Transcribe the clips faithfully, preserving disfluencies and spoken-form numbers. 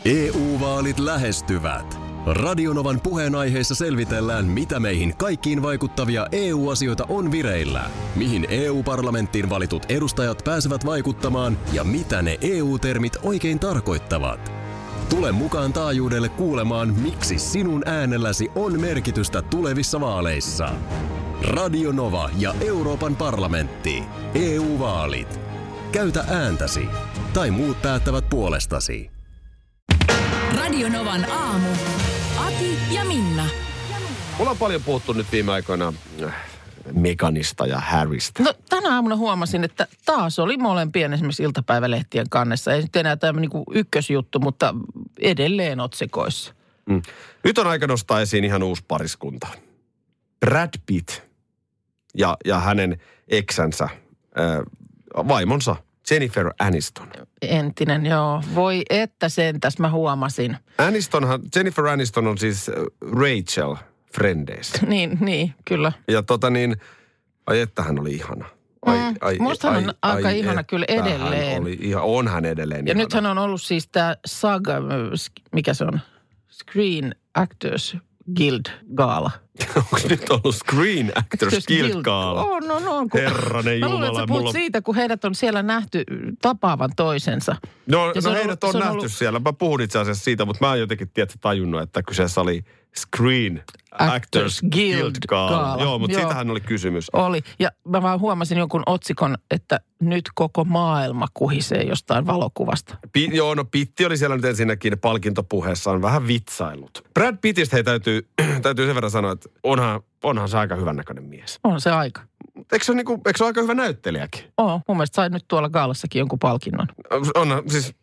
E U-vaalit lähestyvät. Radionovan puheenaiheessa selvitellään, mitä meihin kaikkiin vaikuttavia E U-asioita on vireillä, mihin E U-parlamenttiin valitut edustajat pääsevät vaikuttamaan ja mitä ne E U-termit oikein tarkoittavat. Tule mukaan taajuudelle kuulemaan, miksi sinun äänelläsi on merkitystä tulevissa vaaleissa. Radio Nova ja Euroopan parlamentti. E U-vaalit. Käytä ääntäsi. Tai muut päättävät puolestasi. Radio Novan aamu. Ati ja Minna. Mulla on paljon puhuttu nyt viime aikoina Meghanista ja Harrystä. No tänä aamuna huomasin, että taas oli molempien esimerkiksi iltapäivälehtien kannessa. Ei nyt enää tämä niinku ykkösjuttu, mutta edelleen otsikoissa. Mm. Nyt on aika nostaa esiin ihan uusi pariskunta. Brad Pitt ja, ja hänen eksänsä, äh, vaimonsa Jennifer Aniston. Entinen, joo. Voi että sentäs mä huomasin. Anistonhan, Jennifer Aniston on siis Rachel Friendeistä. Niin, niin, kyllä. Ja tota niin, ai että hän oli ihana. Ai, mm, ai, musta hän ai, on aika ai, ihana kyllä edelleen. Hän oli ihan, on hän edelleen ja ihana. nyt hän on ollut siis tämä Saga, mikä se on? Screen Actors Guild Gala. Onko nyt ollut Screen Actors Guild Gala? On, on, on. Herranen Jumala. Mä luulen, että sä puhut mulla... siitä, kun heidät on siellä nähty tapaavan toisensa. No, no on heidät ollut, on, on nähty ollut... siellä. Mä puhun itse asiassa siitä, mutta mä oon jotenkin tietysti tajunnut, että kyseessä oli Screen Actors, Actors Guild, Guild Gala. Gala. Joo, mutta siitähän oli kysymys. Oli. Ja mä vaan huomasin jonkun otsikon, että nyt koko maailma kuhisee jostain valokuvasta. Pi- joo, no Pitti oli siellä nyt ensinnäkin palkintopuheessaan vähän vitsailut. Brad Pittistä hei täytyy, täytyy sen verran sanoa, että onhan, onhan se aika hyvännäköinen mies. On se aika. Eikö se, niinku, eikö se ole aika hyvä näyttelijäkin? Oo, mun mielestä sai nyt tuolla gaalassakin jonkun palkinnon. Onhan siis...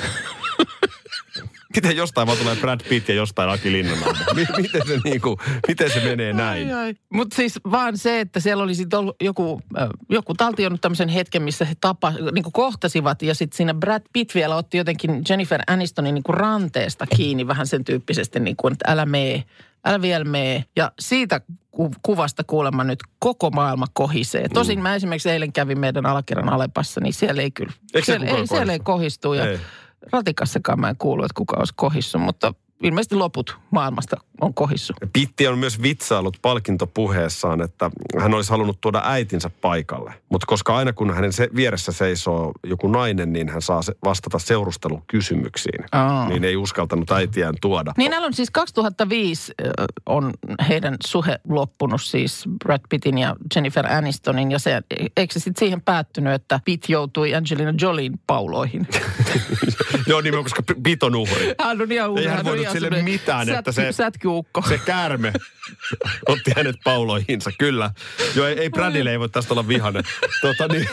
Miten jostain vaan tulee Brad Pitt ja jostain Aki Linnanahde? Miten se niinku, miten se menee näin? Mutta siis vaan se, että siellä oli sitten ollut joku, äh, joku taltioinut tämmöisen hetken, missä he tapa, niinku kohtasivat ja sitten siinä Brad Pitt vielä otti jotenkin Jennifer Anistonin niinku ranteesta kiinni vähän sen tyyppisesti, niinku, että älä mee, älä vielä mee. Ja siitä ku, kuvasta kuulemma nyt koko maailma kohisee. Tosin mä esimerkiksi eilen kävin meidän alakerran Alepassa, niin siellä ei kyllä, siellä ei, siellä ei kohistu ja... Ei. Ratikassakaan mä en kuulu, että kuka olisi kohissu, mutta ilmeisesti loput maailmasta on kohissu. Pitti on myös vitsaillut palkintopuheessaan, että hän olisi halunnut tuoda äitinsä paikalle. Mutta koska aina kun hänen se, vieressä seisoo joku nainen, niin hän saa se, vastata seurustelukysymyksiin. Aa. Niin ei uskaltanut äitiään tuoda. Niin näillä on siis kaksituhattaviisi on heidän suhe loppunut siis Brad Pittin ja Jennifer Anistonin. Ja se, eikö se sitten siihen päättynyt, että Pitt joutui Angelina Jolien pauloihin? Joo, niin koska Pitt on uhri. Hän on ihan uhri. Ei hän voinut sille mitään, sätky, että se, se kärme otti hänet pauloihinsa, kyllä. Joo, ei, ei Bradille ei voi tästä olla vihainen. Tota niin.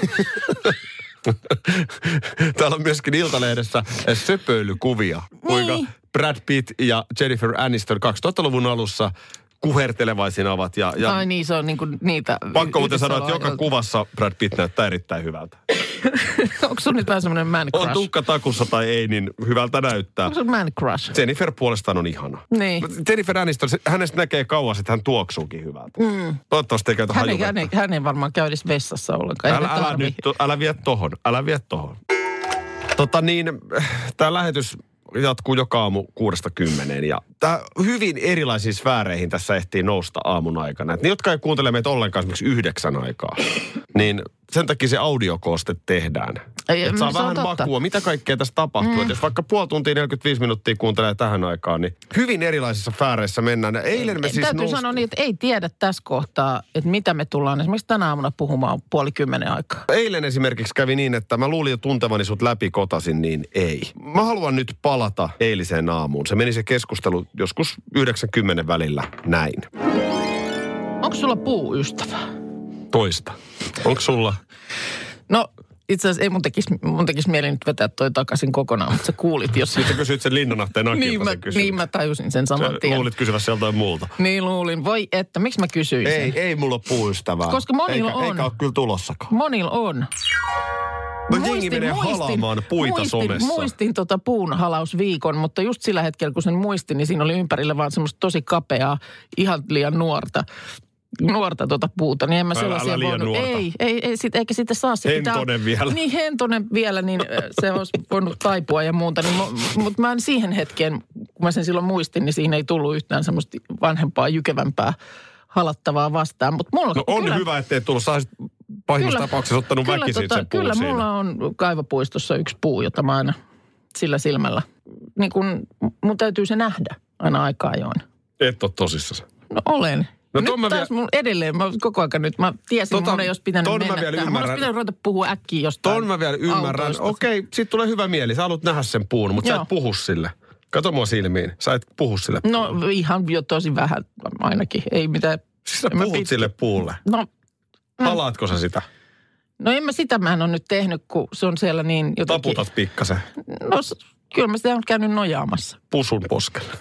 Täällä on myöskin Iltalehdessä söpöilykuvia, kuinka niin. Brad Pitt ja Jennifer Aniston kaksituhattaluvun alussa kuhertelevaisina ovat. Ja, ja ai niin, se on niinku niitä... Pakko muuten sanoa, että joka kuvassa Brad Pitt näyttää erittäin hyvältä. Onko sun nyt vähän semmoinen man crush? On tukka takussa tai ei, niin hyvältä näyttää. Onko se man crush? Jennifer puolestaan on ihana. Niin. Jennifer Aniston, hänestä näkee kauas, että hän tuoksuukin hyvältä. Mm. Toivottavasti ei käytä hän, hajuvettä. Hän, hän, hän ei varmaan käydisi vessassa ollenkaan. Älä, älä, nyt, älä vie tohon, älä vie tohon. Tota niin, tää lähetys jatkuu joka aamu kuudesta kymmeneen. Ja tää hyvin erilaisiin sfääreihin tässä ehtii nousta aamun aikana. Et ne, jotka ei kuuntele meitä ollenkaan esimerkiksi yhdeksän aikaa, niin sen takia se audiokooste tehdään. Ei, että saa vähän makua, mitä kaikkea tässä tapahtuu. Mm. Että jos vaikka puoli tuntia neljäkymmentäviisi minuuttia kuuntelee tähän aikaan, niin hyvin erilaisissa sfääreissä mennään. Eilen me siis täytyy nousti... sanoa niin, että ei tiedä tässä kohtaa, että mitä me tullaan esimerkiksi tänä aamuna puhumaan puoli kymmenen aikaa. Eilen esimerkiksi kävi niin, että mä luulin jo tuntevani sut läpi kotasin, niin ei. Mä haluan nyt palata eiliseen aamuun. Se meni se keskustelu joskus yhdeksänkymmentä välillä näin. Onko sulla puuystävää? Toista. Onko sulla? No itse asiassa ei mun tekisi, mun tekisi mieli nyt vetää toi takaisin kokonaan, mutta sä kuulit jos... Sitten kysyit sen Linnanahteen Akilta niin, sen kysymyksen. Niin mä tajusin sen saman tien. Luulit kysyvässä joltain muulta. Niin luulin. Voi että, miksi mä kysyisin? Ei, ei mulla ole puuystävää. Koska monilla eikä, on. Eikä ole kyllä tulossakaan. Monilla on. No jengi menee halaamaan puita muistin, somessa. Muistin tota puunhalausviikon, mutta just sillä hetkellä, kun sen muistin, niin siinä oli ympärillä vaan semmoista tosi kapeaa, ihan liian nuorta nuorta tuota puuta, niin en mä sellaisia älä voinut. nuorta. Ei, ei, ei sit, eikä sitten saa. Se hentonen pitää, vielä. Niin, hentonen vielä, niin se olisi voinut taipua ja muuta. Niin, mutta mä en siihen hetkeen, kun mä sen silloin muistin, niin siinä ei tullut yhtään semmoista vanhempaa, jykevämpää halattavaa vastaan. Mut mulla, no on kyllä, hyvä, ettei tullut. Sä olisit pahimmassa kyllä, tapauksessa ottanut kyllä, väkisin tota, sen puun Kyllä siinä. mulla on Kaivopuistossa yksi puu, jota mä aina sillä silmällä, niin kun mun täytyy se nähdä aina aika ajoin. Et ole tosissaan. No olen. No nyt mä taas vielä... mun edelleen, mä koko ajan nyt, mä tiesin, tota, mun ei olisi pitänyt mennä mä vielä tähän. Mun olisi pitänyt ruveta puhua äkkiä jostain Ton mä vielä ymmärrän. autoista. Okei, sit tulee hyvä mieli. Sä haluat nähdä sen puun, mutta sä et puhu sille. Kato mua silmiin. Sä et puhu sille No ihan jo tosi vähän ainakin. Ei mitään. Siis sä en mä puhut pit- sille puulle. No, Halaatko sä sitä? no en mä sitä mä en ole nyt tehnyt, kun se on siellä niin jotenkin. Taputat pikkasen No s- kyllä mä sitä on käynyt nojaamassa. pusun poskelle.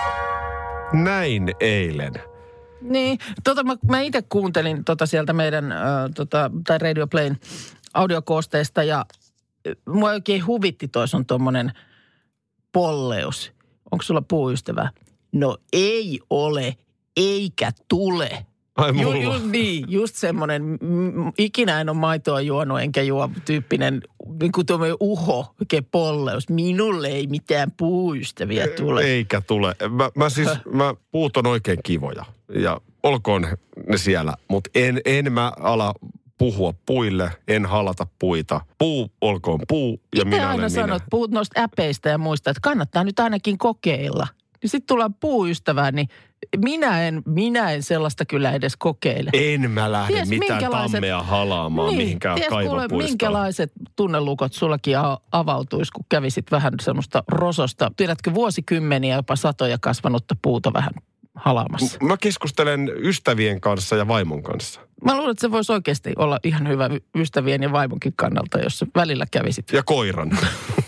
Näin eilen. Niin, tota mä, mä itse kuuntelin tota sieltä meidän, äh, tota, tai Radio Playn audiokoosteesta ja äh, mua oikein huvitti toi sun tommonen polleus. Onko sulla puuystävää? No ei ole, eikä tule. Ai Ju, mulla. just niin, just semmoinen, m- ikinä en ole maitoa juonut enkä juo tyyppinen, niin kuin tuommoinen uho, oikein polleus. Minulle ei mitään puuystäviä tule. Eikä tule. Mä, mä siis, mä, puut on oikein kivoja ja olkoon ne siellä, mutta en, en mä ala puhua puille, en halata puita. Puu olkoon puu ja Itse minä aina olen sanot, minä. puhut noista äpeistä ja muista, että kannattaa nyt ainakin kokeilla. Niin sitten tullaan puuystävään, niin minä en, minä en sellaista kyllä edes kokeile. En mä lähde Ties mitään minkälaiset- tammea halaamaan niin, mihinkään ties kuule, kaivopuistoon. minkälaiset tunnelukot sullakin a- avautuisi, kun kävisit vähän semmoista rososta. Tiedätkö, vuosikymmeniä jopa satoja kasvanutta puuta vähän halaamassa. Mä keskustelen ystävien kanssa ja vaimon kanssa. Mä luulen, että se voisi oikeasti olla ihan hyvä y- ystävien ja vaimonkin kannalta, jos sä välillä kävisit. Ja koiran.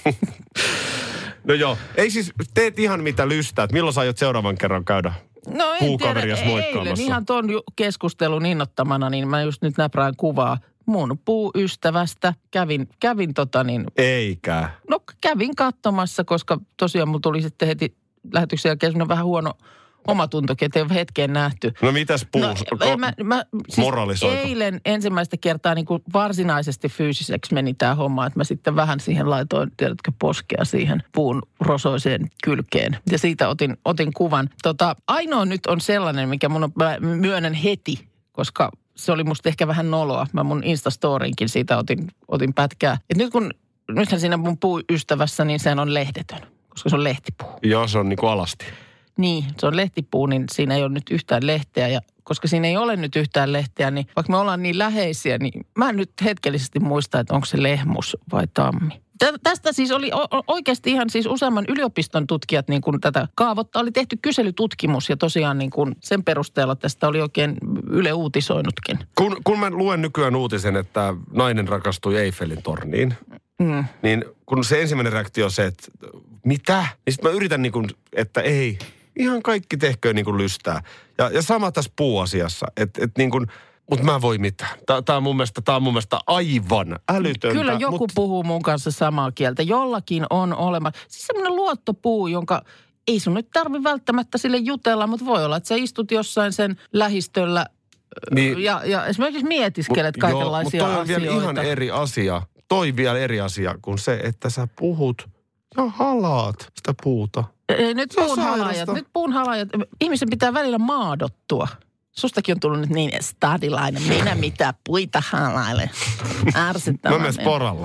No joo, ei siis teet ihan mitä lystäät. Milloin sä aiot seuraavan kerran käydä No en puukaverias tiedä, moikkaamassa? eilen ihan ton ju- keskustelun innottamana, niin mä just nyt näprään kuvaa mun puuystävästä. Kävin, kävin tota niin, Eikä. no kävin katsomassa, koska tosiaan mulla tuli sitten heti lähetyksen jälkeen semmoinen vähän huono omatuntokin, että ei ole hetkeen nähty. No mitäs puu? No, Ko- mä, mä, siis moralisoiko? eilen ensimmäistä kertaa niin kuin varsinaisesti fyysiseksi meni tämä homma, että mä sitten vähän siihen laitoin, tiedätkö, poskea siihen puun rosoiseen kylkeen. Ja siitä otin, otin kuvan. Tota, ainoa nyt on sellainen, mikä mun on, mä myönnän heti, koska se oli musta ehkä vähän noloa. Mä mun Instastoriinkin siitä otin, otin pätkää. Et nyt kun, nythän siinä mun puuystävässä, niin sehän on lehdetön, koska se on lehtipuu. Joo, se on niinku alasti. Niin, se on lehtipuu, niin siinä ei ole nyt yhtään lehteä. Ja koska siinä ei ole nyt yhtään lehteä, niin vaikka me ollaan niin läheisiä, niin mä en nyt hetkellisesti muista, että onko se lehmus vai tammi. Tästä siis oli oikeasti ihan siis useamman yliopiston tutkijat niin kuin tätä kaavoittaa. Oli tehty kyselytutkimus ja tosiaan niin kuin sen perusteella tästä oli oikein Yle uutisoinutkin. Kun, kun mä luen nykyään uutisen, että nainen rakastui Eiffelin torniin, Mm. niin kun se ensimmäinen reaktio on se, että mitä? Niin sit mä yritän niin kuin, että ei, ihan kaikki tehköön niin kuin lystää. Ja, ja sama tässä puuasiassa, että et niin kuin, mutta mä voi mitään. Tämä on mun mielestä, tää on mun mielestä aivan älytöntä. Kyllä joku mut... puhuu mun kanssa samaa kieltä. Jollakin on olemassa. Siis semmoinen luottopuu, jonka ei sun nyt tarvi välttämättä sille jutella, mutta voi olla, että sä istut jossain sen lähistöllä Niin, ja, ja esimerkiksi mietiskelet mut, kaikenlaisia joo, mutta toi on asioita. vielä ihan eri asia. Toi vielä eri asia kuin se, että sä puhut ja halaat sitä puuta. Ei, nyt Se on puun halajat, sairasta. nyt puun halajat. Ihmisen pitää välillä maadottua. Sustakin on tullut nyt niin stadilainen. Minä mitä puita halailen. Ärsyttävää. Mä myös poralla.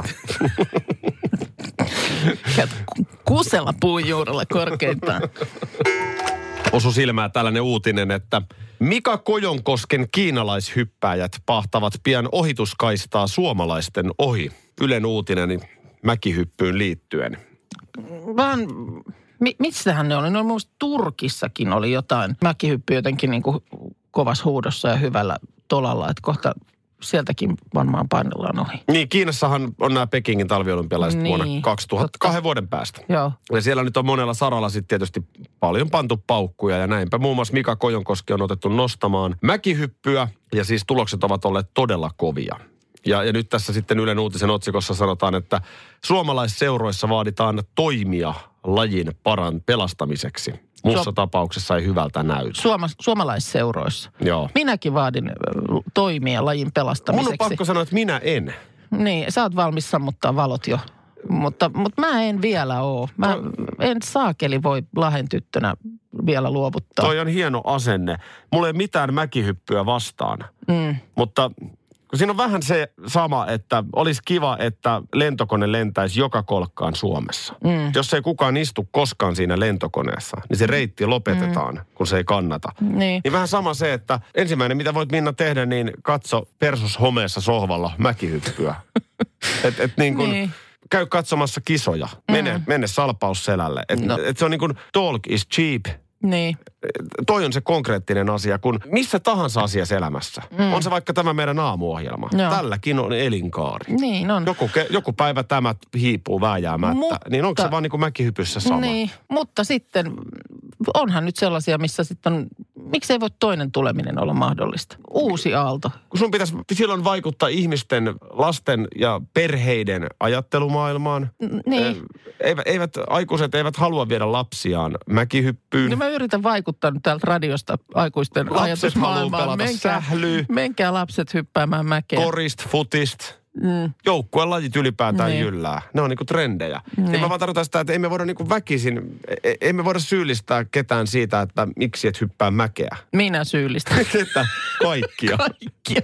Käyt kusella puun juurella korkeintaan. Osu silmää tällainen uutinen, että Mika Kojonkosken kiinalaishyppääjät pahtavat pian ohituskaistaa suomalaisten ohi. Ylen uutinen mäkihyppyyn liittyen. Vaan, mi, missähän ne oli? No muista Turkissakin oli jotain mäkihyppy jotenkin niin kuin kovassa huudossa ja hyvällä tolalla, että kohta sieltäkin varmaan painellaan ohi. Niin, Kiinassahan on nämä Pekingin talviolympialaiset Niin, vuonna kaksituhatta, kahden vuoden päästä. Joo. Ja siellä nyt on monella saralla sitten tietysti paljon pantu paukkuja ja näinpä. Muun muassa Mika Kojonkoski on otettu nostamaan mäkihyppyä ja siis tulokset ovat olleet todella kovia. Ja, ja nyt tässä sitten Ylen uutisen otsikossa sanotaan, että suomalaisseuroissa vaaditaan toimia lajin paran pelastamiseksi. Muussa Suom- tapauksessa ei hyvältä näytä. Suoma, suomalaisseuroissa. Joo. Minäkin vaadin ö, toimia lajin Mun pelastamiseksi. on pakko sanoa, että minä en. Niin, sä oot valmis sammuttaa valot jo. Mutta, mutta mä en vielä oo. Mä No. en saakeli voi Lahden tyttönä vielä luovuttaa. Toi on hieno asenne. Mulla ei ole mitään mäkihyppyä vastaan. Mm. Mutta kun siinä on vähän se sama, että olisi kiva, että lentokone lentäisi joka kolkkaan Suomessa. Mm. Jos ei kukaan istu koskaan siinä lentokoneessa, niin se reitti lopetetaan, mm. kun se ei kannata. Niin. Niin vähän sama se, että ensimmäinen, mitä voit Minna tehdä, niin katso persus homeessa sohvalla mäkihyppyä. et, et niin kuin, Niin. käy katsomassa kisoja. Mene, mm. mene salpausselälle. Et, No. et se on niin kuin talk is cheap. Niin. Toi on se konkreettinen asia, kun missä tahansa asiassa elämässä. Mm. On se vaikka tämä meidän aamuohjelma. Joo. Tälläkin on elinkaari. Niin on. Joku, ke- joku päivä tämä hiipuu vääjäämättä. Mutta- Niin onko se vaan niin kuin mäkihypyssä sama? Niin, mutta sitten onhan nyt sellaisia, missä sitten on, miksei voi toinen tuleminen olla mahdollista. Uusi aalto. Kun sun pitäisi silloin vaikuttaa ihmisten, lasten ja perheiden ajattelumaailmaan. N- niin. Eh, Eivät, eivät, aikuiset eivät halua viedä lapsiaan mäkihyppyyn. No mä yritän vaikuttaa nyt täältä radiosta aikuisten Lapset ajatusmaailmaan. haluaa pelata sählyä. Menkää lapset hyppäämään mäkeen. Korist, futist. Mm. Joukkueen lajit ylipäätään Niin. jyllää. Ne on niinku trendejä. Niin. Niin. Mä vaan tarkoitan sitä, että emme voida niinku väkisin, e- emme voida syyllistää ketään siitä, että miksi et hyppää mäkeä. Minä syyllistän. Ketä? Kaikkia. Kaikkia.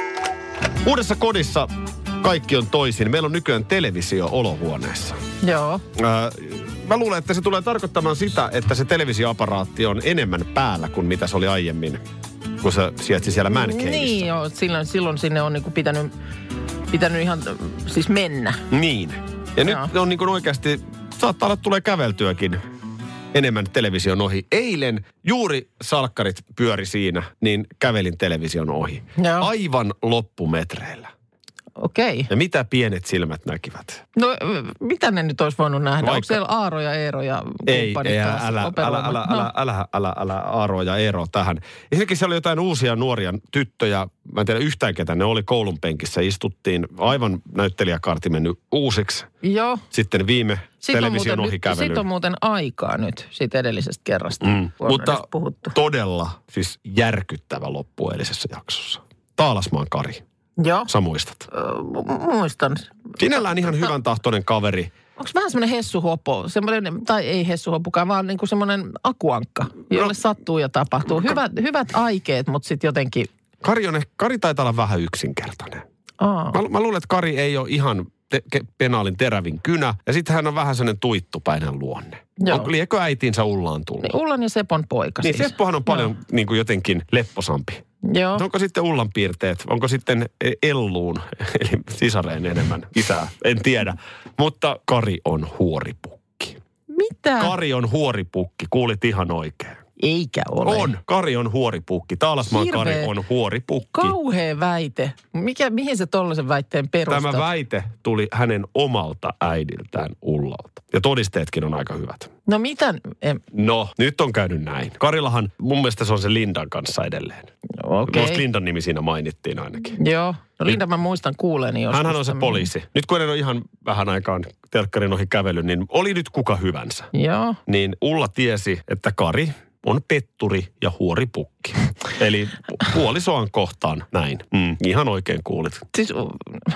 Uudessa kodissa kaikki on toisin. Meillä on nykyään televisio olohuoneessa. Joo. Ää, mä luulen, että se tulee tarkoittamaan sitä, että se televisioaparaatti on enemmän päällä kuin mitä se oli aiemmin, kun se sijaitsi siellä man caveissa. Niin joo, silloin, silloin sinne on niinku pitänyt, pitänyt ihan siis mennä. Niin. Ja nyt Joo. on niin kuin oikeasti, saattaa olla, että tulee käveltyäkin enemmän television ohi. Eilen juuri salkkarit pyöri siinä, niin kävelin television ohi. Joo. Aivan loppumetreillä. Okei. Okay. Ja mitä pienet silmät näkivät? No mitä ne nyt olisi voinut nähdä? Vaikka- Onko siellä Aaro ja Eero ja Ei, kumppanit ei älä, taas älä, älä, operoimaan? älä, No. älä, älä, älä, älä, älä Aaro ja Eero tähän. Ensinnäkin siellä oli jotain uusia nuoria tyttöjä. Mä en tiedä yhtään ketä ne oli koulun penkissä. Istuttiin aivan näyttelijäkaarti mennyt uusiksi. Joo. Sitten viime Siitä on, television muuten, ohi nyt, kävely. siitä on muuten aikaa nyt, siitä edellisestä kerrasta. Mm. kun on Mutta edes puhuttu. todella siis järkyttävä loppu edellisessä jaksossa. Taalasmaan Kari, Joo, sä muistat. Ö, mu- muistan. Sinällään ihan hyvän tahtoinen kaveri. Onko vähän semmoinen hessuhopo, semmoinen, tai ei hessuhopukaan, vaan niinku semmoinen akuankka, jolle No. sattuu ja tapahtuu. Hyvät, hyvät aikeet, mutta sitten jotenkin... Kari, on, Kari taitaa olla vähän yksinkertainen. Aa, Mä, mä luulen, että Kari ei ole ihan te, ke, penaalin terävin kynä. Ja sitten hän on vähän sellainen tuittupäinen luonne. Joo. On, liekö äitiinsä Ullaan tullut? niin Ullan ja Sepon poika Niin siis. Seppohan on paljon niin kuin jotenkin lepposampi. Joo. Onko sitten Ullan piirteet? Onko sitten Elluun, eli sisareen enemmän isää? En tiedä. Mutta Kari on huoripukki. Mitä? Kari on huoripukki, kuulit ihan oikein. Eikä ole. On, Kari on huoripukki. Taalasmaan Hirveä. Kari on huoripukki. Kauhea väite. Mikä, mihin se tollaisen väitteen perustat? Tämä väite tuli hänen omalta äidiltään Ullalta. Ja todisteetkin on aika hyvät. No mitä? Em, No, nyt on käynyt näin. Karillahan, mun mielestä se on se Lindan kanssa edelleen. Okei. Okay. Lindan nimi siinä mainittiin ainakin. Joo. No Linda mä muistan kuuleeni joskus. Hänhän on se tämmönen. poliisi. Nyt kun en ole ihan vähän aikaan telkkarin ohi kävellyt, niin oli nyt kuka hyvänsä. Joo. Niin Ulla tiesi, että Kari on petturi ja huoripukki. Eli puolisoan kohtaan näin. Mm, ihan oikein kuulit. Siis uh,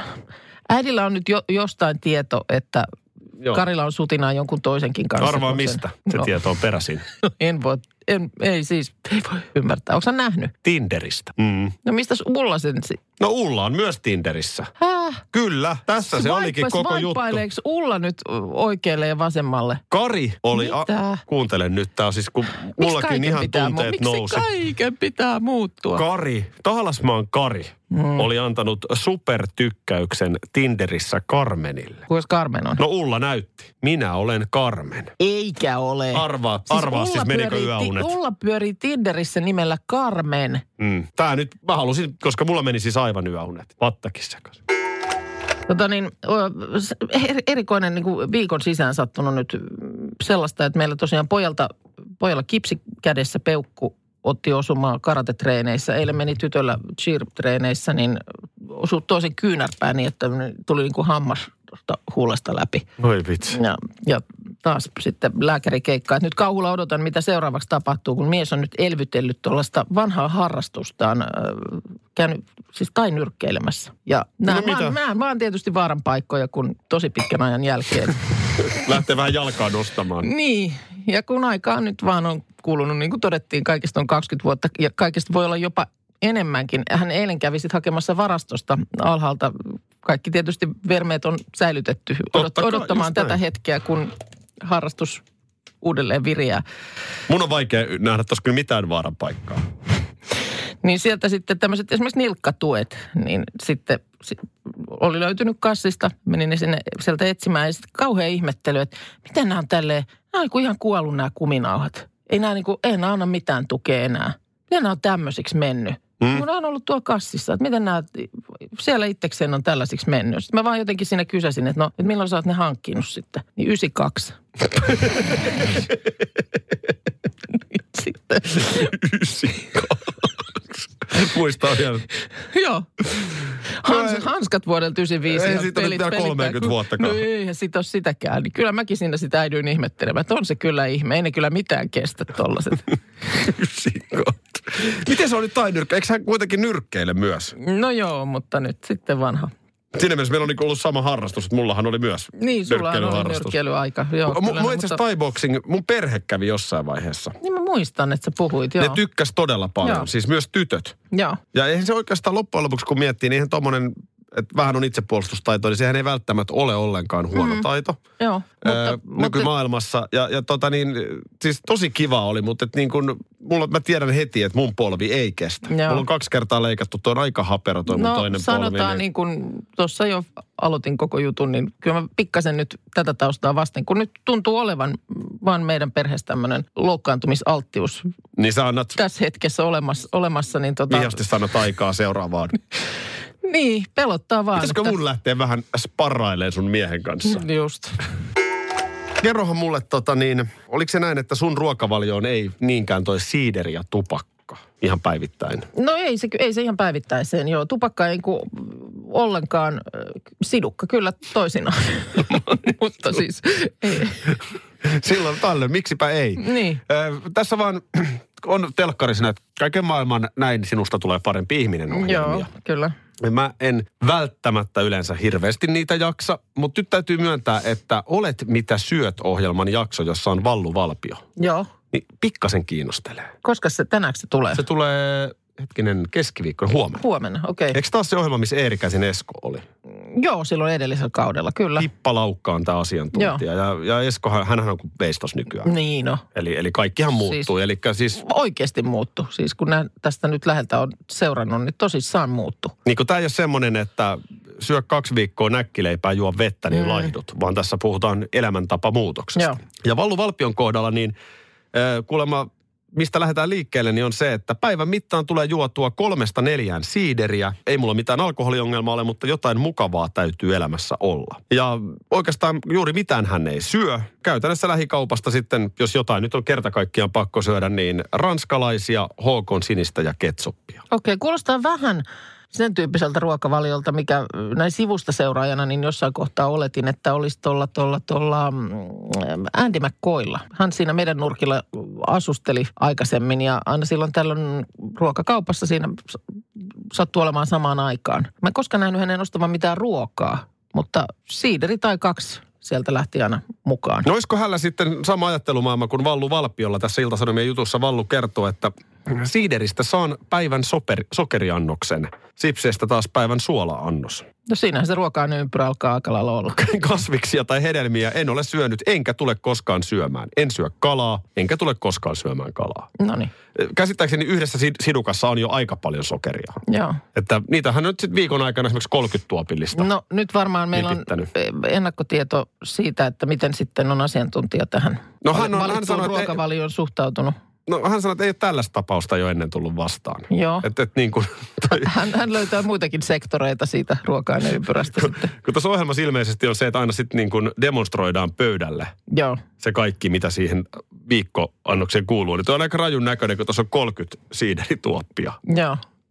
äidillä on nyt jo, jostain tieto, että Joo. Karilla on sutinaa jonkun toisenkin kanssa. Arvaa kun sen- mistä se no, tieto on peräisin. En voi, en, ei siis, ei voi ymmärtää. Onko sä nähnyt? Tinderistä. Mm. No mistäs Ulla sen... si- No Ulla on myös Tinderissä. Häh? Kyllä, tässä se olikin Vaippas- koko juttu. vaippaileeko Ulla nyt oikealle ja vasemmalle? Kari oli, a, Mitä? kuuntele nyt, tää on siis kun Miksi mullakin kaiken ihan pitää mu- tunteet Miksi nousi. kaiken pitää muuttua? Kari, Taalasmaan Kari mm. oli antanut supertykkäyksen Tinderissä Carmenille. Kuinka Carmen on? No Ulla näytti. Minä olen Carmen. Eikä ole. Arvaa, arvaa siis, Ulla menikö pyörii ti- yöunet. Ulla pyörii Tinderissä nimellä Carmen. Mm. Tää nyt, mä halusin, koska mulla meni siis aivan yöunet. Vattakin sekas. Tota niin, o, s- er- erikoinen niin kuin viikon sisään sattunut nyt sellaista, että meillä tosiaan pojalta, pojalla kipsi kädessä peukku otti osumaa karatetreeneissä. Eilen meni tytöllä cheer-treeneissä, niin osui toisen kyynärpään niin, että tuli niin kuin hammas tuosta huulesta läpi. Oi vitsi. Ja, ja taas sitten lääkärikeikkaa. Nyt kauhulla odotan, mitä seuraavaksi tapahtuu, kun mies on nyt elvytellyt tuollaista vanhaa harrastustaan, äh, käynyt siis tainyrkkeilemässä. Ja nämä, No mitä? mä, mä, mä oon tietysti vaaran paikkoja, kun tosi pitkän ajan jälkeen. Lähtee vähän jalkaa nostamaan. Niin, ja kun aikaa nyt vaan on kulunut, niin kuin todettiin, kaikista on kaksikymmentä vuotta ja kaikista voi olla jopa enemmänkin. Hän eilen kävi sitten hakemassa varastosta alhaalta. Kaikki tietysti vermeet on säilytetty odot, kai, odottamaan just tätä näin. hetkeä, kun harrastus uudelleen viriää. Mun on vaikea nähdä tuossa kyllä mitään vaaran paikkaa. Niin sieltä sitten tämmöiset esimerkiksi nilkkatuet, niin sitten si- oli löytynyt kassista, menin ne sinne sieltä etsimään ja sitten kauhean ihmettely, että miten nämä on tälleen, nämä on ihan kuollut nämä kuminauhat. Ei nämä, niin kuin, ei nämä anna mitään tukea enää. Miten nämä on tämmöisiksi mennyt? Mm. Kun on ollut tuolla kassissa, että miten nämä siellä itsekseen on tällaisiksi mennyt. Sitten mä vaan jotenkin siinä kysäsin, että no, että milloin sä oot ne hankkinut sitten? Niin yhdeksänkymmentäkaksi. Sitten. Muistaa vielä. Joo. Hans, ei- hanskat vuodelta yhdeksänkymmentäviisi. ei ja siitä nyt pelit- vielä pelit- kolmekymmentä vuottakaan. No eihän siitä ole sitäkään. Niin kyllä mäkin siinä sitä äidyin ihmettelemään, että on se kyllä ihme. Ei ne kyllä mitään kestä tollaset. Miten se oli tainyrkkä? Eikö hän kuitenkin nyrkkeile myös? No joo, mutta nyt sitten vanha. Siinä mielessä meillä on niinku ollut sama harrastus, että mullahan oli myös Niin, sulla on nyrkkeilyharrastus. nyrkkeilyaika. Joo, Mu- kyllä, Mua itse asiassa mutta- thai-boxing, mun perhe kävi jossain vaiheessa. Niin mä muistan, että sä puhuit, joo. Ne tykkäs todella paljon, Joo. siis myös tytöt. Joo. Ja eihän se oikeastaan loppujen lopuksi, kun miettii, niin eihän tommonen, että vähän on itsepuolustustaito, niin sehän ei välttämättä ole ollenkaan huono Mm. taito. Joo, Öö, mutta, mutta nykymaailmassa. Ja, ja tota niin, siis tosi kiva oli, mutta et niin kun, mulla, mä tiedän heti, että mun polvi ei kestä. Joo. Mulla on kaksi kertaa leikattu, toi on aika hapero toi mun no toinen sanotaan polvi. niin kuin tuossa jo aloitin koko jutun, niin kyllä mä pikkasen nyt tätä taustaa vasten, kun nyt tuntuu olevan vaan meidän perheessä tämmöinen loukkaantumisalttius Niin sä annat, tässä hetkessä olemassa, olemassa niin tota... mihin asti sä annat aikaa seuraavaan. Niin, pelottaa vaan. Pitäisikö mun lähteä vähän sparrailemaan sun miehen kanssa? Just. Kerrohan mulle, tota niin, oliko se näin, että sun ruokavalioon ei niinkään toi siideri ja tupakka ihan päivittäin? No ei se, ei se ihan päivittäiseen, joo. Tupakka ei ku, ollenkaan, äh, sidukka kyllä toisinaan, mutta siis ei. Silloin tällöin, miksipä ei? Niin. Ö, tässä vaan on telkkarissa, että kaiken maailman näin sinusta tulee parempi ihminen ohjelmia. Joo, kyllä. Mä en välttämättä yleensä hirveästi niitä jaksa, mutta nyt täytyy myöntää, että Olet mitä syöt -ohjelman jakso, jossa on Vallu Valpio, Joo. niin pikkasen kiinnostelee. Koska se tänäänkö se tulee? Se tulee, hetkinen, keskiviikkona huomenna. Huomenna, okei. Okay. Eikö taas se ohjelma, missä Eerikäisen Esko oli? Joo, silloin edellisellä kaudella, kyllä. Pippa Laukka on tämä asiantuntija. Ja, ja Eskohan, hänhän on kuin veistos nykyään. Niin no. Eli, eli kaikkihan muuttuu. Siis- Eli siis, Oikeasti muuttu. Siis kun nää tästä nyt läheltä on seurannut, niin tosissaan muuttu. niin kuin tämä ei ole semmoinen, että syö kaksi viikkoa näkkileipää, juo vettä, niin mm. laihdut. Vaan tässä puhutaan elämäntapamuutoksesta. Joo. Ja Vallu Valpion kohdalla, niin äh, kuulemma, mistä lähdetään liikkeelle, niin on se, että päivän mittaan tulee juotua kolmesta neljään siideriä. Ei mulla mitään alkoholiongelmaa ole, mutta jotain mukavaa täytyy elämässä olla. Ja oikeastaan juuri mitään hän ei syö. Käytännössä lähikaupasta sitten, jos jotain nyt on kerta kaikkiaan pakko syödä, niin ranskalaisia, H K:n sinistä ja ketsuppia. Okei, kuulostaa vähän sen tyyppiseltä ruokavaliolta, mikä näin sivusta seuraajana, niin jossain kohtaa oletin, että olisi tuolla, tuolla, tuolla mm, Andy McCoylla. Hän siinä meidän nurkilla asusteli aikaisemmin ja aina silloin tällöin ruokakaupassa siinä s- sattui olemaan samaan aikaan. Mä en koskaan nähnyt hänen ostavan mitään ruokaa, mutta siideri tai kaksi sieltä lähti aina mukaan. No olisiko hänellä sitten sama ajattelumaailma kuin Vallu Valpiolla tässä Ilta-Sanomien jutussa? Vallu kertoo, että siideristä saan päivän soperi, sokeriannoksen, sipseistä taas päivän suola-annos. No siinähän se ruoka-aineen ympyrä alkaa aika lailla olla. Kasviksia tai hedelmiä en ole syönyt, enkä tule koskaan syömään. En syö kalaa, enkä tule koskaan syömään kalaa. No niin, Käsittääkseni yhdessä sid- sidukassa on jo aika paljon sokeria. joo. Että niitähän on nyt sitten viikon aikana esimerkiksi kolmekymmentä tuopillista. No nyt varmaan meillä on Nipittänyt. ennakkotieto siitä, että miten sitten on asiantuntija tähän No hän on- hän valittuun sanoi, että ei- ruokavalioon suhtautunut. No hän sanoi, että ei ole tällaista tapausta jo ennen tullut vastaan. Joo. Että et niin kuin, toi, Hän, hän löytää muitakin sektoreita siitä ruoka-aineen ympyrästä sitten. kun tuossa ohjelmassa ilmeisesti on se, että aina sitten niin kuin demonstroidaan pöydälle Joo, se kaikki, mitä siihen viikkoannokseen kuuluu. Niin tuo on aika rajun näköinen, kun tuossa on kolmekymmentä siiderituoppia. joo.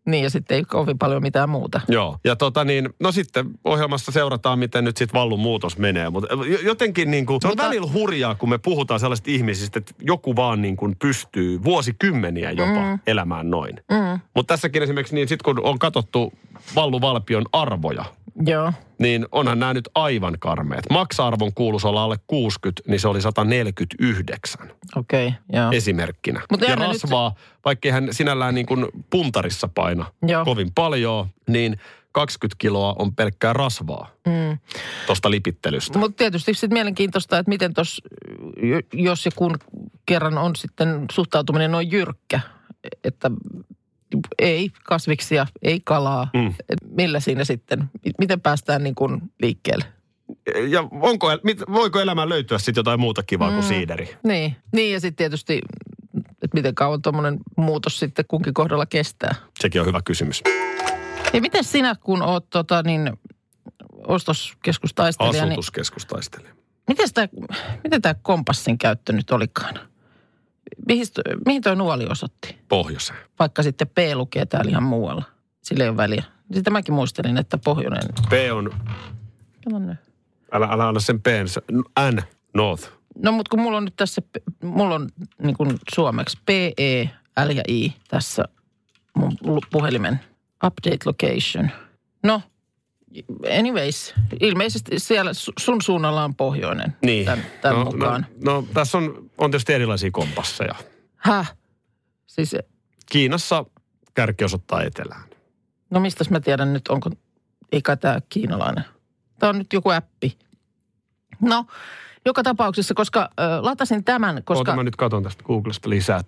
Niin ja sitten ei kovin paljon mitään muuta. Joo. Ja tota niin, no sitten ohjelmassa seurataan, miten nyt sitten vallun muutos menee. Mutta jotenkin niin kuin, se on Mutta... välillä hurjaa, kun me puhutaan sellaisista ihmisistä, että joku vaan niin kuin pystyy vuosikymmeniä jopa mm. elämään noin. Mm. Mutta tässäkin esimerkiksi niin sitten kun on katsottu Vallu Valpion arvoja, joo. niin onhan nämä nyt aivan karmeet. Maksa-arvon kuuluisi olla alle kuusikymmentä, niin se oli sata neljäkymmentäyhdeksän. Okei, okay, joo. Esimerkkinä. Mut ja rasvaa, nyt... vaikkei hän sinällään niin kuin puntarissa paina joo. kovin paljon, niin kaksikymmentä kiloa on pelkkää rasvaa mm. tuosta lipittelystä. Mutta tietysti sitten mielenkiintoista, että miten tuossa, jos ja kun kerran on sitten suhtautuminen noin jyrkkä, että ei kasviksia, ei kalaa. Mm. Millä siinä sitten, miten päästään niin kuin liikkeelle? Ja onko, voiko elämään löytyä sitten jotain muuta kivaa mm. kuin siideri? Niin, niin ja sitten tietysti, että miten kauan tuommoinen muutos sitten kunkin kohdalla kestää. Sekin on hyvä kysymys. Ja miten sinä, kun oot tota niin, ostoskeskustaistelija? Asutuskeskustaistelija. Niin, miten, sitä, miten tämä kompassin käyttö nyt olikaan? Mihin, mihin toi nuoli osoitti? Pohjoiseen. Vaikka sitten P lukee täällä ihan muualla. Sillä ei ole väliä. Sitten mäkin muistelin, että pohjoinen. P on... Älä, älä anna sen P. N, North. No mutta kun mulla on nyt tässä, mulla on niin kuin suomeksi P, E, L ja I tässä mun puhelimen. Update location. No, anyways, ilmeisesti siellä sun suunnalla on pohjoinen. Niin. Tämän, tämän no, mukaan. No, no tässä on, on tietysti erilaisia kompasseja. Häh? Siis... Kiinassa kärki osoittaa etelään. No mistäs mä tiedän nyt, onko, eikä tämä kiinalainen. Tämä on nyt joku appi. No, joka tapauksessa, koska äh, latasin tämän, koska... Oota, mä nyt katson tästä Googlesta lisää.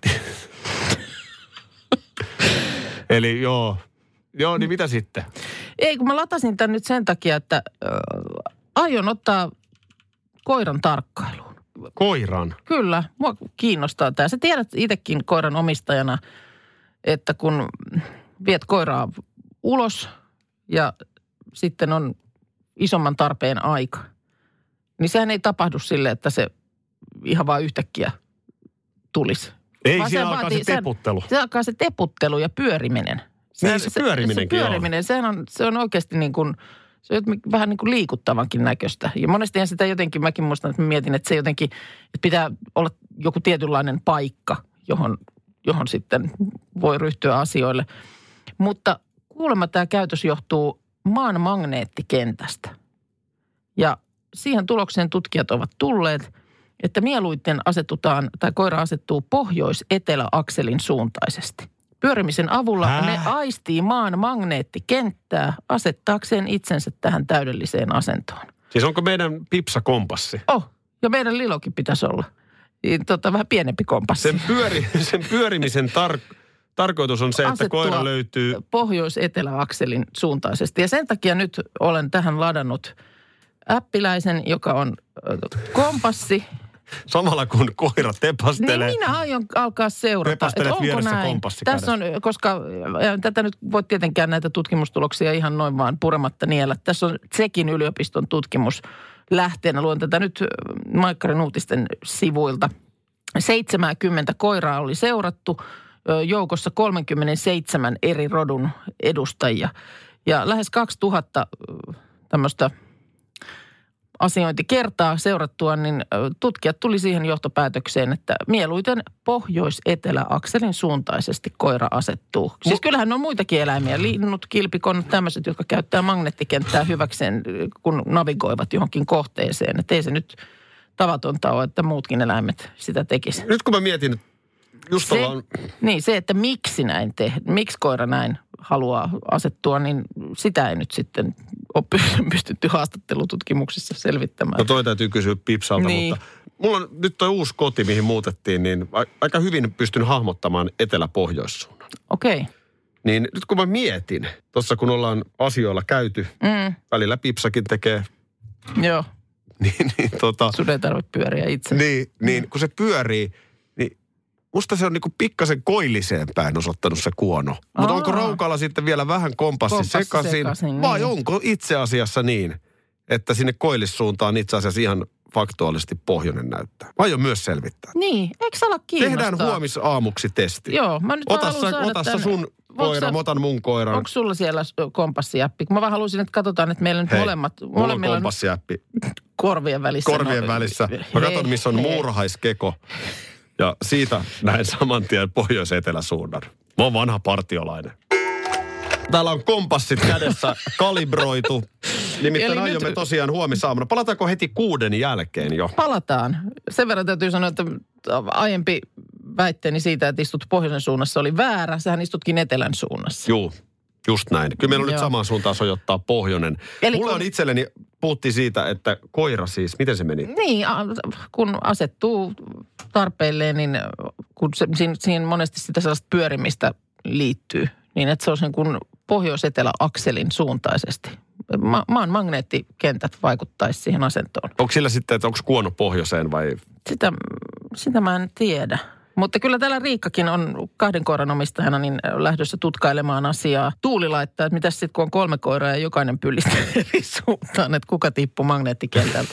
Eli joo... Joo, niin mitä sitten? Ei, kun mä latasin tämän nyt sen takia, että äh, aion ottaa koiran tarkkailuun. Koiran? Kyllä, mua kiinnostaa tämä. Sä tiedät itsekin koiran omistajana, että kun viet koiraa ulos ja sitten on isomman tarpeen aika, niin sehän ei tapahdu sille, että se ihan vaan yhtäkkiä tulisi. Ei, vaan siinä alkaa se teputtelu. Se alkaa se teputtelu ja pyöriminen. Niin se pyöriminenkin se, se pyöriminen, sehän on, se on oikeasti niin kuin, se on vähän niin kuin liikuttavankin näköistä. Ja monestihan sitä jotenkin, mäkin muistan, että mä mietin, että se jotenkin, että pitää olla joku tietynlainen paikka, johon, johon sitten voi ryhtyä asioille. Mutta kuulemma tämä käytös johtuu maan magneettikentästä. Ja siihen tulokseen tutkijat ovat tulleet, että mieluiten asetutaan, tai koira asettuu pohjois-etelä-akselin suuntaisesti. Pyörimisen avulla Hää? ne aistii maan magneettikenttää asettaakseen itsensä tähän täydelliseen asentoon. Siis onko meidän Pipsa kompassi? Oh, ja meidän Lilokin pitäisi olla. Tota, vähän pienempi kompassi. Sen, pyöri, sen pyörimisen tar- tarkoitus on se, että Asettua koira löytyy... pohjois-etelä-akselin suuntaisesti. Ja sen takia nyt olen tähän ladannut appiläisen, joka on kompassi. Samalla kun koira tepastelee. Niin minä aion alkaa seurata. Tepastelet että vieressä kompassi Tässä on, koska tätä nyt voi tietenkään näitä tutkimustuloksia ihan noin vaan purematta niellä. Tässä on Tsekin yliopiston tutkimus lähteenä. Luen tätä nyt Maikkarin uutisten sivuilta. seitsemänkymmentä koiraa oli seurattu, joukossa kolmekymmentäseitsemän eri rodun edustajia. Ja lähes kaksituhatta tämmöistä asiointikertaa seurattua, niin tutkijat tuli siihen johtopäätökseen, että mieluiten pohjois-etelä-akselin suuntaisesti koira asettuu. Siis kyllähän on muitakin eläimiä, linnut, kilpikonnat, tämmöiset, jotka käyttää magneettikenttää hyväkseen, kun navigoivat johonkin kohteeseen. Että ei se nyt tavatonta ole, että muutkin eläimet sitä tekisivät. Nyt kun mä mietin, just se, ollaan... Niin, se, että miksi näin tehdään, miksi koira näin haluaa asettua, niin sitä ei nyt sitten ole pystytty haastattelututkimuksissa selvittämään. No toi täytyy kysyä Pipsalta, niin. Mutta mulla on nyt toi uusi koti, mihin muutettiin, niin aika hyvin pystyn hahmottamaan etelä-pohjoissuunnan. Okei. Okay. Niin nyt kun mä mietin, tuossa kun ollaan asioilla käyty, mm. välillä Pipsakin tekee. Joo. niin, niin tota... Sun ei tarvitse pyöriä itse. Niin, niin kun se pyörii, niin musta se on niinku pikkasen koilliseen päin osoittanut se kuono. Mutta onko Roukalla sitten vielä vähän kompassi, kompassi sekaisin, sekaisin vai niin. Onko itse asiassa niin, että sinne koillissuuntaan itse asiassa ihan faktuaalisesti pohjoinen näyttää? Vai on myös selvittää? Niin, eikö se ala kiinnostaa? Tehdään huomis aamuksi testi. Joo, mä nyt ota sä, ota sä sun koira, sä, mä otan mun koiran. Onko sulla siellä kompassiäppi? Mä vaan haluaisin, että katsotaan, että meillä nyt Hei, molemmat... mulla on kompassiäppi. Korvien välissä. Korvien no, välissä. Mä katson, missä on hei. muurahaiskeko. Ja siitä näin saman tien pohjois-eteläsuunnan. Mä oon vanha partiolainen. Täällä on kompassit kädessä kalibroitu. Nimittäin Eli aiomme nyt... tosiaan huomisaamuna. Palataanko heti kuuden jälkeen jo? Palataan. Sen verran täytyy sanoa, että aiempi väitteeni siitä, että istut pohjoisen suunnassa oli väärä. Sähän istutkin etelän suunnassa. Juu, just näin. Kyllä meillä on Joo. nyt samaan suuntaan sojottaa pohjoinen. Eli Mulla kun... on itselleni, puhuttiin siitä, että koira siis, miten se meni? Niin, kun asettuu tarpeilleen, niin kun se, siinä, siinä monesti sitä sellaista pyörimistä liittyy, niin että se on sen kuin pohjois-etelä-akselin suuntaisesti. Ma- maan magneettikentät vaikuttaisi siihen asentoon. Onko sillä sitten, että onko kuono pohjoiseen vai? Sitä, sitä mä en tiedä. Mutta kyllä täällä Riikkakin on kahden koiran omistajana niin lähdössä tutkailemaan asiaa. Tuuli laittaa, että mitäs sitten kun on kolme koiraa ja jokainen pyllistää eri suuntaan, että kuka tippuu magneettikentältä.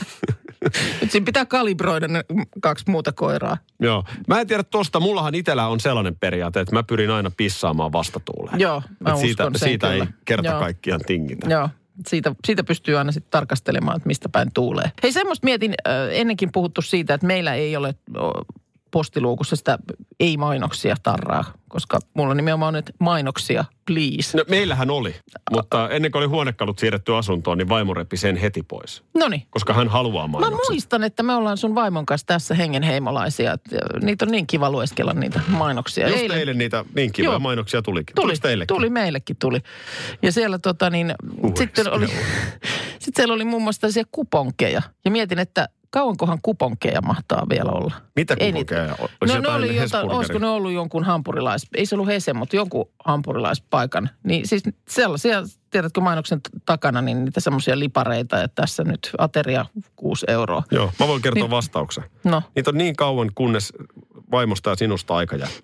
Nyt siinä pitää kalibroida ne kaksi muuta koiraa. Joo. Mä en tiedä tosta, mullahan itsellä on sellainen periaate, että mä pyrin aina pissaamaan vastatuuleen. Joo, mä Et siitä, uskon sen siitä ei kyllä. kerta Joo. kaikkiaan tingitä. Joo, siitä, siitä pystyy aina sitten tarkastelemaan, että mistä päin tuulee. Hei, semmoista mietin, äh, ennenkin puhuttu siitä, että meillä ei ole oh, postiluukussa sitä ei-mainoksia tarraa, koska mulla nimenomaan on nyt mainoksia, please. No, meillähän oli, mutta ennen kuin oli huonekalut siirretty asuntoon, niin vaimo repi sen heti pois. Noniin. Koska hän haluaa Mä mainokset. muistan, että me ollaan sun vaimon kanssa tässä hengenheimolaisia. Että niitä on niin kiva lueskella niitä mainoksia. Just eilen, eilen niitä niin kivoja Joo. mainoksia tulikin. Tuli, Tuliko teillekin? tuli, meillekin tuli. Ja siellä tota niin, sitten oli, sitten siellä oli muun muassa tällaisia kuponkeja. Ja mietin, että kauankohan kuponkeja mahtaa vielä olla. Mitä Ei kuponkeja? niitä- Oliko No ne jotain oli jotain, Hesburgeria? olisiko ne ollut jonkun hampurilais, ei se ollut Hese, mutta jonkun hampurilaispaikan. Niin siis sellaisia, tiedätkö mainoksen takana, niin niitä semmoisia lipareita, että tässä nyt ateria kuusi euroa. Joo, mä voin kertoa Niin- vastauksen. No. Niitä on niin kauan, kunnes vaimosta ja sinusta aika jää.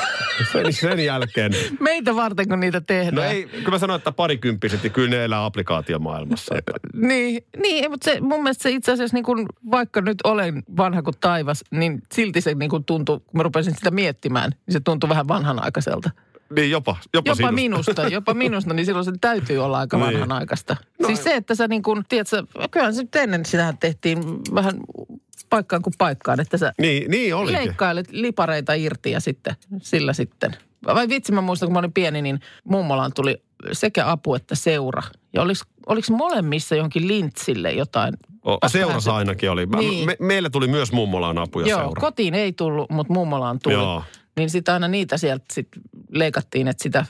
sen, sen jälkeen. Meitä varten, kun niitä tehdään. No ei, kyllä mä sanoin, että parikymppiset, niin kyllä ne elää applikaatiomaailmassa. Niin, niin, mutta se, mun mielestä se itse asiassa, niin kun, vaikka nyt olen vanha kuin taivas, niin silti se niin kun tuntui, kun mä rupesin sitä miettimään, niin se tuntui vähän vanhanaikaiselta. Niin jopa, jopa, Jopa sinusta. minusta, jopa minusta, niin silloin se täytyy olla aika Niin. vanhanaikaista. No, Siis se, että sä niin kuin, tiedätkö, kyllähän se nyt ennen sitähän tehtiin vähän paikkaan kuin paikkaan, että sä Niin, niin olikin. leikkailet lipareita irti ja sitten sillä sitten. Vai vitsi, mä muistan, kun mä olin pieni, niin mummolaan tuli sekä apu että seura. Ja oliko, oliko molemmissa johonkin lintsille jotain? O, seurassa ainakin oli. Mä, Niin. me, meille tuli myös mummolaan apu ja Joo, seura. kotiin ei tullut, mutta mummolaan tuli. Joo. Niin sitten aina niitä sieltä sit leikattiin, että sitä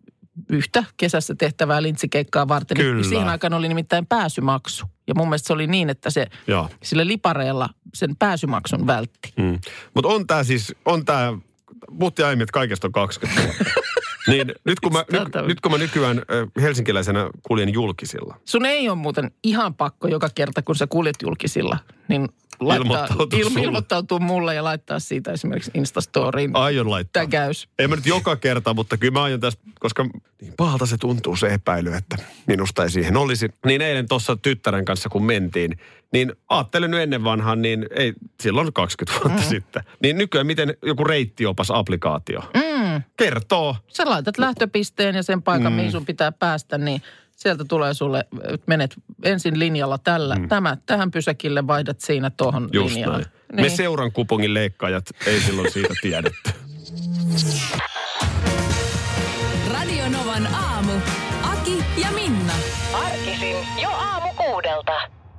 yhtä kesässä tehtävää lintsikeikkaa varten. Kyllä. Niin siihen aikaan oli nimittäin pääsymaksu. Ja mun mielestä se oli niin, että se Joo. sillä lipareella sen pääsymaksun vältti. Mm. Mutta on tää siis, on tää, puhuttiin aiemmin, että kaikesta on kaksikymmentä vuotta. Niin nyt kun, mä, nyt, nyt kun mä nykyään äh, helsinkiläisenä kuljen julkisilla. Sun ei ole muuten ihan pakko joka kerta, kun sä kuljet julkisilla, niin laittaa, Ilmoittautua il, sulle. ilmoittautua mulle ja laittaa siitä esimerkiksi Instastoriin Aion laittaa. tägäys. Ei mä nyt joka kerta, mutta kyllä mä aion tässä, koska niin pahalta se tuntuu se epäily, että minusta ei siihen olisi. Niin eilen tuossa tyttären kanssa kun mentiin, niin ajattelin nyt ennen vanhaan, niin ei, silloin kaksikymmentä vuotta mm. sitten. Niin nykyään miten joku reittiopas-applikaatio Mm. kertoo. Sä laitat lähtöpisteen ja sen paikan, mm. mihin sun pitää päästä, niin sieltä tulee sulle, että menet ensin linjalla tällä, mm. tämä, tähän pysäkille vaihdat siinä tuohon Just linjalle. näin. Niin. Me seuran kupongin leikkaajat ei silloin siitä tiedetty. Radio Novan aamu. Aki ja Minna. Arkisin jo aamu kuudelta.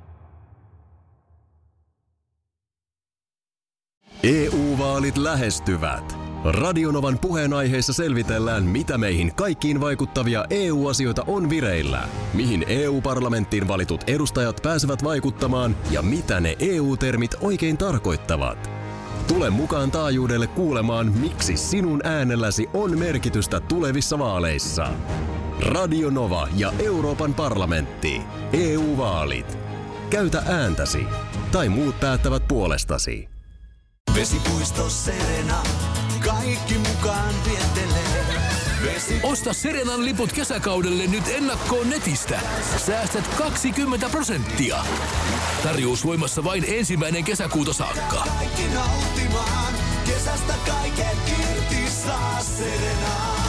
E U-vaalit lähestyvät. Radionovan puheenaiheessa selvitellään, mitä meihin kaikkiin vaikuttavia E U-asioita on vireillä, mihin E U-parlamenttiin valitut edustajat pääsevät vaikuttamaan ja mitä ne E U-termit oikein tarkoittavat. Tule mukaan taajuudelle kuulemaan, miksi sinun äänelläsi on merkitystä tulevissa vaaleissa. Radio Nova ja Euroopan parlamentti. E U-vaalit. Käytä ääntäsi. Tai muut päättävät puolestasi. Vesipuisto Serena, kaikki mukaan viettelee. Vesi... Osta Serenan liput kesäkaudelle nyt ennakkoon netistä. Säästät kaksikymmentä prosenttia. Tarjous voimassa vain ensimmäinen kesäkuuta saakka. Kaikki nauttimaan, kesästä kaiken irti saa Serena.